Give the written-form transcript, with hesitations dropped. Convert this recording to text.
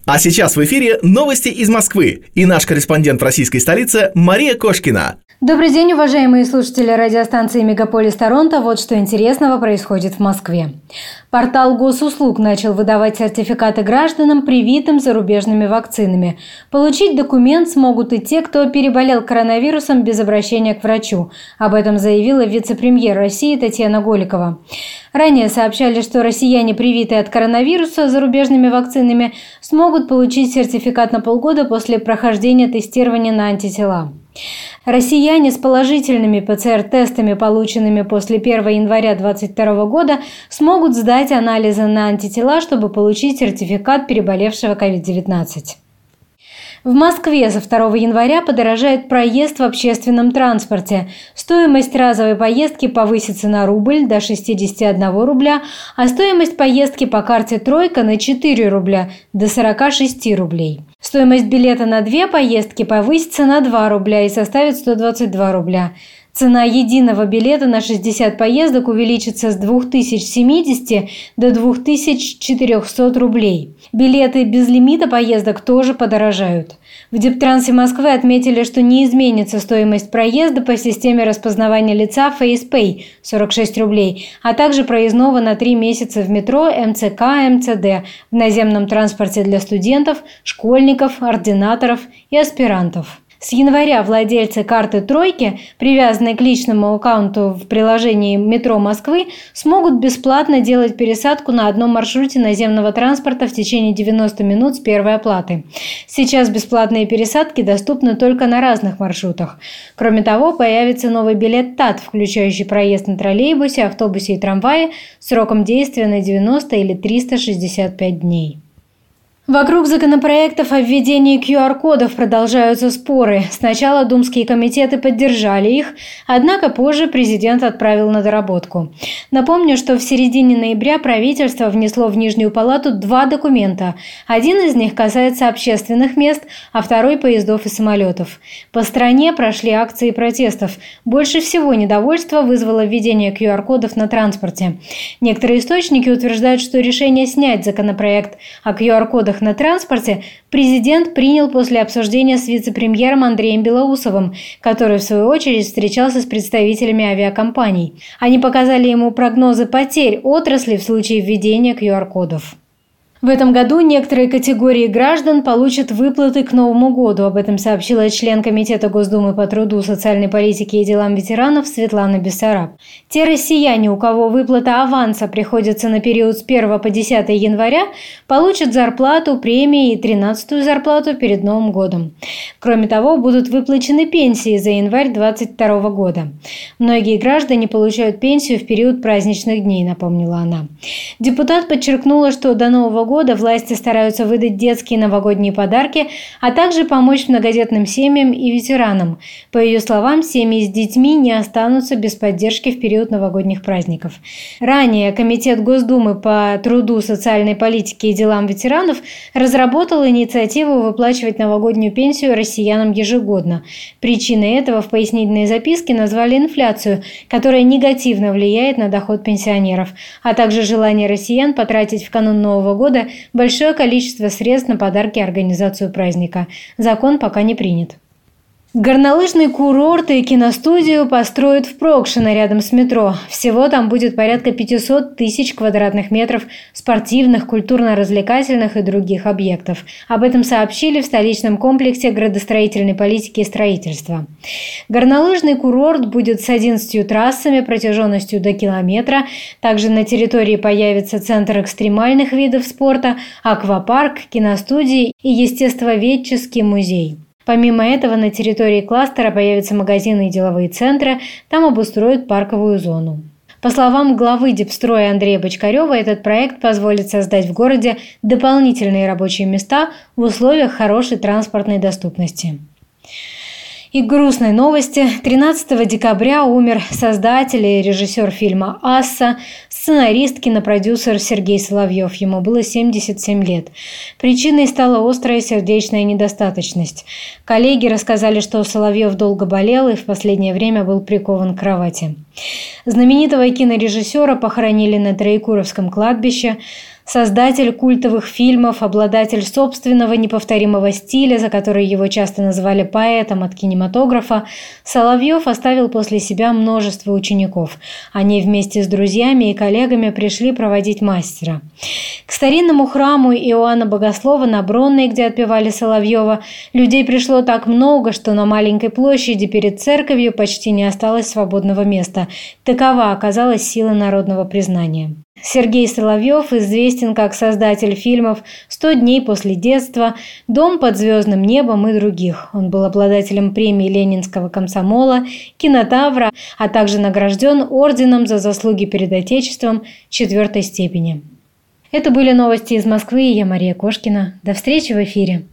А сейчас в эфире новости из Москвы и наш корреспондент в российской столице Мария Кошкина. Добрый день, уважаемые слушатели радиостанции «Мегаполис Торонто». Вот что интересного происходит в Москве. Портал госуслуг начал выдавать сертификаты гражданам, привитым зарубежными вакцинами. Получить документ смогут и те, кто переболел коронавирусом без обращения к врачу. Об этом заявила вице-премьер России Татьяна Голикова. Ранее сообщали, что россияне, привитые от коронавируса зарубежными вакцинами, смогут получить сертификат на полгода после прохождения тестирования на антитела. Россияне с положительными ПЦР-тестами, полученными после 1 января 2022 года, смогут сдать анализы на антитела, чтобы получить сертификат переболевшего COVID-19. В Москве со 2 января подорожает проезд в общественном транспорте. Стоимость разовой поездки повысится на рубль до 61 рубля, а стоимость поездки по карте «Тройка» на 4 рубля до 46 рублей. Стоимость билета на 2 поездки повысится на 2 рубля и составит 122 рубля. Цена единого билета на 60 поездок увеличится с 2070 до 2400 рублей. Билеты без лимита поездок тоже подорожают. В Дептрансе Москвы отметили, что не изменится стоимость проезда по системе распознавания лица FacePay – 46 рублей, а также проездного на 3 месяца в метро, МЦК, МЦД, в наземном транспорте для студентов, школьников, ординаторов и аспирантов. С января владельцы карты «Тройки», привязанной к личному аккаунту в приложении «Метро Москвы», смогут бесплатно делать пересадку на одном маршруте наземного транспорта в течение 90 минут с первой оплаты. Сейчас бесплатные пересадки доступны только на разных маршрутах. Кроме того, появится новый билет ТАТ, включающий проезд на троллейбусе, автобусе и трамвае сроком действия на 90 или 365 дней. Вокруг законопроектов о введении QR-кодов продолжаются споры. Сначала думские комитеты поддержали их, однако позже президент отправил на доработку. Напомню, что в середине ноября правительство внесло в Нижнюю палату 2 документа. Один из них касается общественных мест, а второй – поездов и самолетов. По стране прошли акции протестов. Больше всего недовольства вызвало введение QR-кодов на транспорте. Некоторые источники утверждают, что решение снять законопроект о QR-кодах на транспорте президент принял после обсуждения с вице-премьером Андреем Белоусовым, который, в свою очередь, встречался с представителями авиакомпаний. Они показали ему прогнозы потерь отрасли в случае введения QR-кодов. В этом году некоторые категории граждан получат выплаты к Новому году. Об этом сообщила член Комитета Госдумы по труду, социальной политике и делам ветеранов Светлана Бессараб. Те россияне, у кого выплата аванса приходится на период с 1 по 10 января, получат зарплату, премии и 13-ю зарплату перед Новым годом. Кроме того, будут выплачены пенсии за январь 2022 года. Многие граждане получают пенсию в период праздничных дней, напомнила она. Депутат подчеркнула, что до Нового года власти стараются выдать детские новогодние подарки, а также помочь многодетным семьям и ветеранам. По ее словам, семьи с детьми не останутся без поддержки в период новогодних праздников. Ранее Комитет Госдумы по труду, социальной политике и делам ветеранов разработал инициативу выплачивать новогоднюю пенсию россиянам ежегодно. Причиной этого в пояснительной записке назвали инфляцию, которая негативно влияет на доход пенсионеров, а также желание россиян потратить в канун Нового года большое количество средств на подарки и организацию праздника. Закон пока не принят. Горнолыжный курорт и киностудию построят в Прокшино рядом с метро. Всего там будет порядка 500 тысяч квадратных метров спортивных, культурно-развлекательных и других объектов. Об этом сообщили в столичном комплексе градостроительной политики и строительства. Горнолыжный курорт будет с 11 трассами протяженностью до километра. Также на территории появится центр экстремальных видов спорта, аквапарк, киностудии и естествоведческий музей. Помимо этого, на территории кластера появятся магазины и деловые центры, там обустроят парковую зону. По словам главы Депстроя Андрея Бочкарева, этот проект позволит создать в городе дополнительные рабочие места в условиях хорошей транспортной доступности. И грустной новости. 13 декабря умер создатель и режиссер фильма «Асса», сценарист, кинопродюсер Сергей Соловьев. Ему было 77 лет. Причиной стала острая сердечная недостаточность. Коллеги рассказали, что Соловьев долго болел и в последнее время был прикован к кровати. Знаменитого кинорежиссера похоронили на Троекуровском кладбище. Создатель культовых фильмов, обладатель собственного неповторимого стиля, за который его часто называли поэтом от кинематографа, Соловьев оставил после себя множество учеников. Они вместе с друзьями и коллегами пришли проводить мастера. К старинному храму Иоанна Богослова на Бронной, где отпевали Соловьева, людей пришло так много, что на маленькой площади перед церковью почти не осталось свободного места. Такова оказалась сила народного признания. Сергей Соловьев известен как создатель фильмов «100 дней после детства», «Дом под звездным небом» и других. Он был обладателем премии Ленинского комсомола, кинотавра, а также награжден орденом за заслуги перед Отечеством 4-й степени. Это были новости из Москвы, и я Мария Кошкина. До встречи в эфире.